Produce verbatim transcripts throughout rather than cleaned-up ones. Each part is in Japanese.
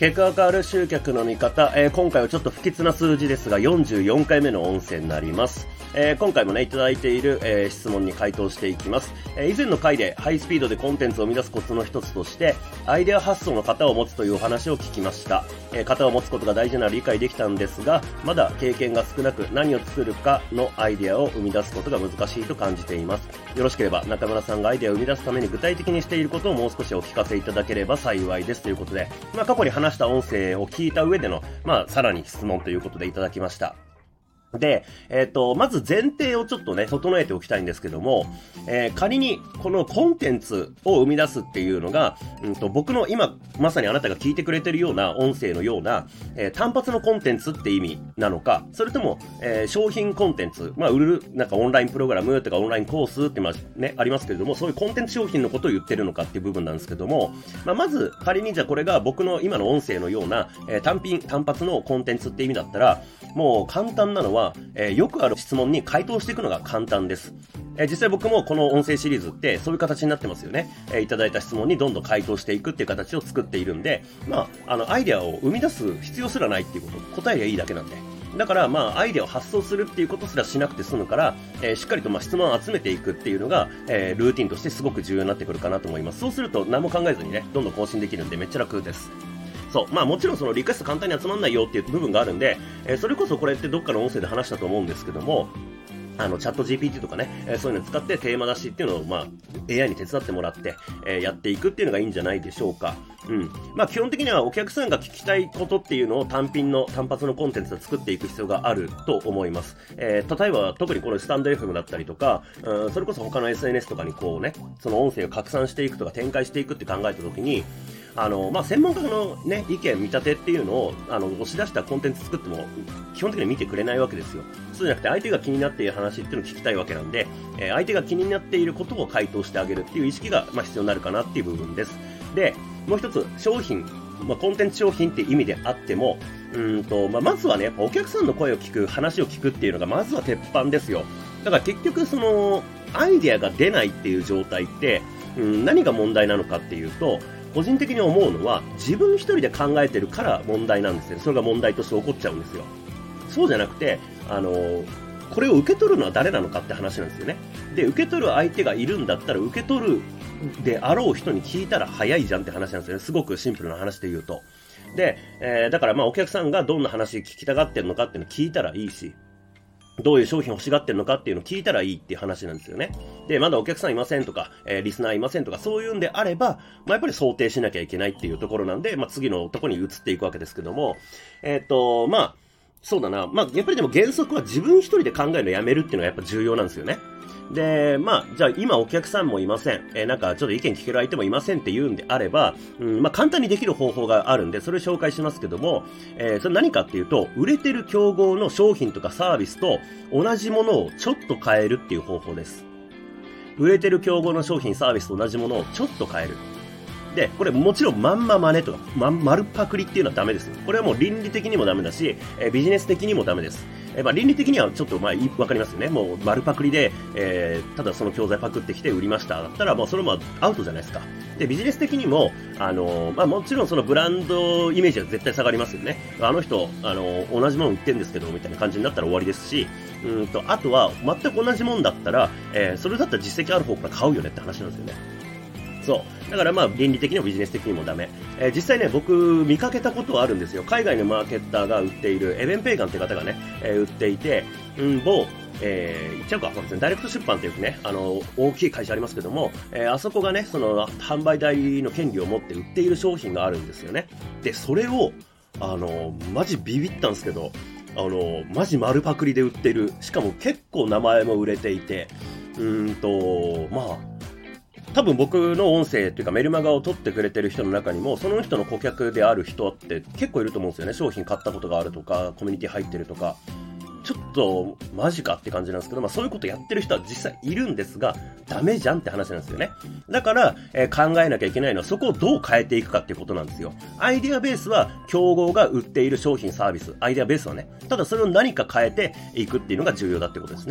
結果が変わる集客の見方、えー、今回はちょっと不吉な数字ですがよんじゅうよんかいめの音声になります。えー、今回もねいただいている、えー、質問に回答していきます。えー、以前の回でハイスピードでコンテンツを生み出すコツの一つとしてアイデア発想の型を持つというお話を聞きました。えー、型を持つことが大事なら理解できたんですが、まだ経験が少なく何を作るかのアイデアを生み出すことが難しいと感じています。よろしければ中村さんがアイデアを生み出すために具体的にしていることをもう少しお聞かせいただければ幸いですということで、まあ、過去に話した音声を聞いた上での、まあ、さらに質問ということでいただきました。で、えっと、まず前提をちょっとね、整えておきたいんですけども、えー、仮にこのコンテンツを生み出すっていうのが、うんと、僕の今、まさにあなたが聞いてくれてるような音声のような、えー、単発のコンテンツって意味なのか、それとも、えー、商品コンテンツ、まあ、売る、なんかオンラインプログラムとかオンラインコースってまあね、ありますけれども、そういうコンテンツ商品のことを言ってるのかっていう部分なんですけども、まあ、まず仮にじゃあこれが僕の今の音声のような、えー、単品、単発のコンテンツって意味だったら、もう簡単なのは、えー、よくある質問に回答していくのが簡単です。えー、実際僕もこの音声シリーズってそういう形になってますよね。えー、いただいた質問にどんどん回答していくっていう形を作っているんで、まあ、あの、アイデアを生み出す必要すらないっていうこと、答えりゃいいだけなんで。だから、まあ、アイデアを発想するっていうことすらしなくて済むから、えー、しっかりと、まあ、質問を集めていくっていうのが、えー、ルーティンとしてすごく重要になってくるかなと思います。そうすると、何も考えずにね、どんどん更新できるんで、めっちゃ楽です。そう。まあもちろんそのリクエスト簡単に集まんないよっていう部分があるんで、えー、それこそこれってどっかの音声で話したと思うんですけども、あの、チャット ジーピーティー とかね、えー、そういうのを使ってテーマ出しっていうのを、まあ、エーアイ に手伝ってもらって、えー、やっていくっていうのがいいんじゃないでしょうか。うん。まあ、基本的にはお客さんが聞きたいことっていうのを単品の、単発のコンテンツで作っていく必要があると思います。えー、例えば、特にこのスタンド エフエム だったりとか、うん、それこそ他の エスエヌエス とかにこうね、その音声を拡散していくとか展開していくって考えたときに、あの、まあ、専門家のね、意見、見立てっていうのを、あの、押し出したコンテンツ作っても、基本的に見てくれないわけですよ。そうじゃなくて、相手が気になっている話っていうのを聞きたいわけなんで、えー、相手が気になっていることを回答してあげるっていう意識が、まあ、必要になるかなっていう部分です。で、もう一つ、商品、まあ、コンテンツ商品って意味であっても、うんと、まあ、まずはね、やっぱお客さんの声を聞く、話を聞くっていうのが、まずは鉄板ですよ。だから結局、その、アイデアが出ないっていう状態って、うん、何が問題なのかっていうと、個人的に思うのは自分一人で考えてるから問題なんですよ。それが問題として起こっちゃうんですよ。そうじゃなくて、あのー、これを受け取るのは誰なのかって話なんですよね。で、受け取る相手がいるんだったら受け取るであろう人に聞いたら早いじゃんって話なんですよね。すごくシンプルな話で言うと。で、えー、だからまあお客さんがどんな話聞きたがってるのかっていうのを聞いたらいいし、どういう商品欲しがってるのかっていうのを聞いたらいいっていう話なんですよね。で、まだお客さんいませんとか、えー、リスナーいませんとか、そういうんであれば、まあ、やっぱり想定しなきゃいけないっていうところなんで、まあ、次のところに移っていくわけですけども、えっと、まあ、そうだな、まあ、やっぱりでも原則は自分一人で考えるのをやめるっていうのがやっぱ重要なんですよね。で、まあ、じゃあ今お客さんもいません。えー、なんかちょっと意見聞ける相手もいませんって言うんであれば、うん、まあ簡単にできる方法があるんで、それを紹介しますけども、えー、それ何かっていうと、売れてる競合の商品とかサービスと同じものをちょっと変えるっていう方法です。売れてる競合の商品、サービスと同じものをちょっと変える。で、これもちろんまんま真似とか、ま、丸パクリっていうのはダメですよ。これはもう倫理的にもダメだし、えー、ビジネス的にもダメです。えー、まあ倫理的にはちょっとまあわかりますよね。もう丸パクリで、えー、ただその教材パクってきて売りましただったらもうそれもアウトじゃないですか。で、ビジネス的にも、あのー、まあもちろんそのブランドイメージは絶対下がりますよね。あの人、あのー、同じもの売ってんですけど、みたいな感じになったら終わりですし、うんと、あとは全く同じもんだったら、えー、それだったら実績ある方から買うよねって話なんですよね。そう。だからまあ、倫理的にもビジネス的にもダメ。えー、実際ね、僕、見かけたことはあるんですよ。海外のマーケッターが売っている、エベン・ペイガンって方がね、えー、売っていて、うん、某、えー、言っちゃうか、そうですね、ダイレクト出版というね、あの、大きい会社ありますけども、えー、あそこがね、その、販売代理の権利を持って売っている商品があるんですよね。で、それを、あの、マジビビったんですけど、あの、マジ丸パクリで売ってる。しかも結構名前も売れていて、うーんと、まあ、多分僕の音声っていうかメルマガを取ってくれてる人の中にもその人の顧客である人って結構いると思うんですよね。商品買ったことがあるとかコミュニティ入ってるとか、ちょっとマジかって感じなんですけど、まあそういうことやってる人は実際いるんですがダメじゃんって話なんですよね。だから、えー、考えなきゃいけないのはそこをどう変えていくかっていうことなんですよ。アイデアベースは競合が売っている商品サービス、アイデアベースはね、ただそれを何か変えていくっていうのが重要だってことですね。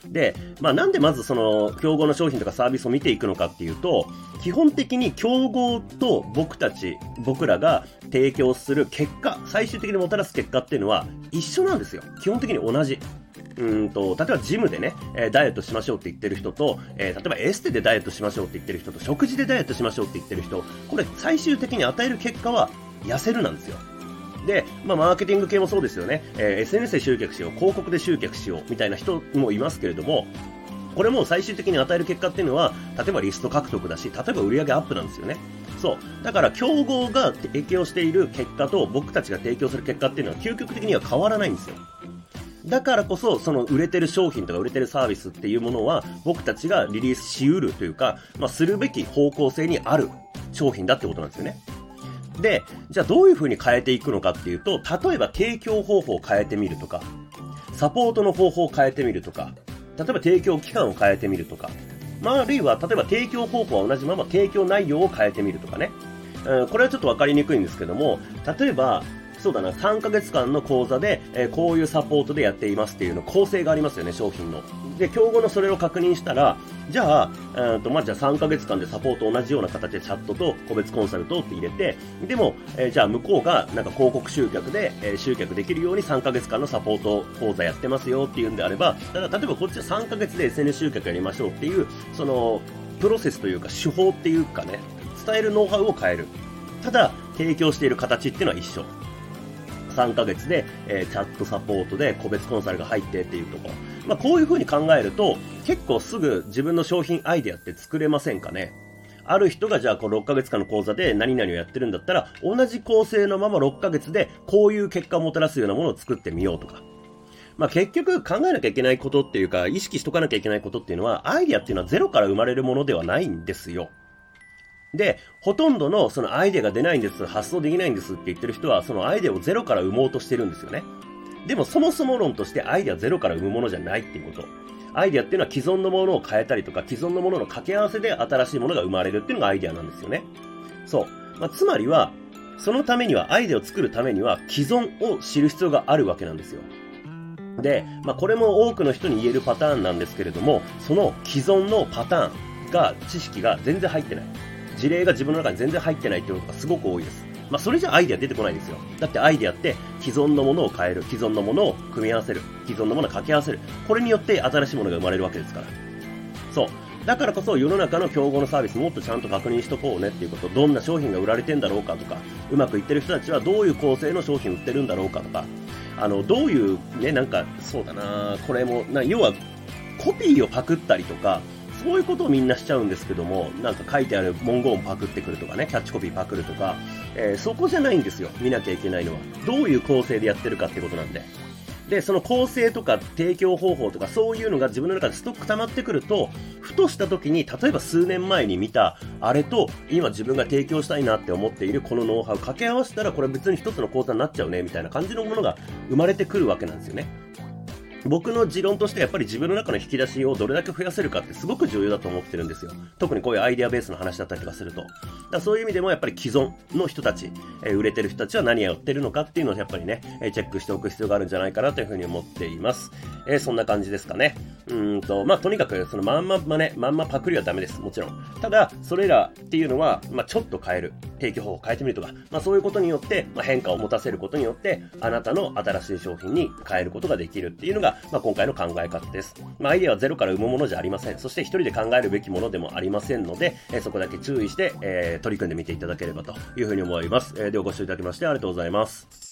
で、まあなんでまずその競合の商品とかサービスを見ていくのかっていうと、基本的に競合と僕たち、僕らが提供する結果、最終的にもたらす結果っていうのは一緒なんですよ。基本的に同じ。うんと、例えばジムでね、えー、ダイエットしましょうって言ってる人と、えー、例えばエステでダイエットしましょうって言ってる人と、食事でダイエットしましょうって言ってる人、これ最終的に与える結果は痩せるなんですよ。で、まあ、マーケティング系もそうですよね。えー、エスエヌエス で集客しよう、広告で集客しよう、みたいな人もいますけれども、これも最終的に与える結果っていうのは、例えばリスト獲得だし、例えば売上アップなんですよね。そう。だから、競合が提供している結果と、僕たちが提供する結果っていうのは、究極的には変わらないんですよ。だからこそ、その売れてる商品とか売れてるサービスっていうものは、僕たちがリリースしうるというか、まあ、するべき方向性にある商品だってことなんですよね。で、じゃあどういう風に変えていくのかっていうと、例えば提供方法を変えてみるとか、サポートの方法を変えてみるとか、例えば提供期間を変えてみるとか、まあ、あるいは例えば提供方法は同じまま提供内容を変えてみるとかね。うん、これはちょっとわかりにくいんですけども、例えば、そうだな、さんかげつかんの講座で、えー、こういうサポートでやっていますっていうの構成がありますよね、商品の。で、競合のそれを確認したら、じゃあ、えーと、まあ、じゃあさんかげつかんでサポート同じような形でチャットと個別コンサルトって入れて、でも、えー、じゃあ向こうがなんか広告集客で、えー、集客できるようにさんかげつかんのサポート講座やってますよっていうんであれば、だから例えばこっちはさんかげつで エスエヌエス 集客やりましょうっていう、その、プロセスというか手法っていうかね、伝えるノウハウを変える。ただ、提供している形っていうのは一緒。さんかげつで、えー、チャットサポートで個別コンサルが入ってっていうところ。まあ、こういう風に考えると、結構すぐ自分の商品アイデアって作れませんかね。ある人がじゃあこうろっかげつかんの講座で何々をやってるんだったら、同じ構成のままろっかげつでこういう結果をもたらすようなものを作ってみようとか。まあ、結局考えなきゃいけないことっていうか、意識しとかなきゃいけないことっていうのは、アイデアっていうのはゼロから生まれるものではないんですよ。で、ほとんどのそのアイデアが出ないんです、発想できないんですって言ってる人は、そのアイデアをゼロから生もうとしてるんですよね。でもそもそも論としてアイデアゼロから生むものじゃないっていうこと。アイデアっていうのは既存のものを変えたりとか、既存のものの掛け合わせで新しいものが生まれるっていうのがアイデアなんですよね。そう。まあ、つまりは、そのためには、アイデアを作るためには、既存を知る必要があるわけなんですよ。で、まあ、これも多くの人に言えるパターンなんですけれども、その既存のパターンが、知識が全然入ってない。事例が自分の中に全然入ってないっていうことがすごく多いです。まあ、それじゃアイデア出てこないですよ。だってアイデアって既存のものを変える、既存のものを組み合わせる、既存のものを掛け合わせる。これによって新しいものが生まれるわけですから。そう。だからこそ世の中の競合のサービスもっとちゃんと確認しとこうねっていうこと、どんな商品が売られてんだろうかとか、うまくいってる人たちはどういう構成の商品売ってるんだろうかとか、あの、どういうね、なんか、そうだなこれも、な要はコピーをパクったりとか、そういうことをみんなしちゃうんですけども、なんか書いてある文言をパクってくるとかね、キャッチコピーパクるとか、えー、そこじゃないんですよ。見なきゃいけないのは。どういう構成でやってるかってことなんで。で、その構成とか提供方法とかそういうのが自分の中でストック溜まってくると、ふとした時に、例えば数年前に見た、あれと今自分が提供したいなって思っているこのノウハウを掛け合わせたらこれ別に一つの講座になっちゃうね、みたいな感じのものが生まれてくるわけなんですよね。僕の持論としてやっぱり自分の中の引き出しをどれだけ増やせるかってすごく重要だと思ってるんですよ。特にこういうアイデアベースの話だったりとかすると。だからそういう意味でもやっぱり既存の人たち、えー、売れてる人たちは何をやってるのかっていうのをやっぱりね、えー、チェックしておく必要があるんじゃないかなというふうに思っています。えー、そんな感じですかね。うーんと、まあ、とにかくそのまんま真似、まんまパクリはダメです。もちろん。ただ、それらっていうのは、まあ、ちょっと変える。提供方法を変えてみるとか、まあ、そういうことによって、まあ、変化を持たせることによって、あなたの新しい商品に変えることができるっていうのが、まあ、今回の考え方です。まあ、アイデアはゼロから生むものじゃありません。そして一人で考えるべきものでもありませんので、えー、そこだけ注意して、えー、取り組んでみていただければというふうに思います。えー、ではご視聴いただきましてありがとうございます。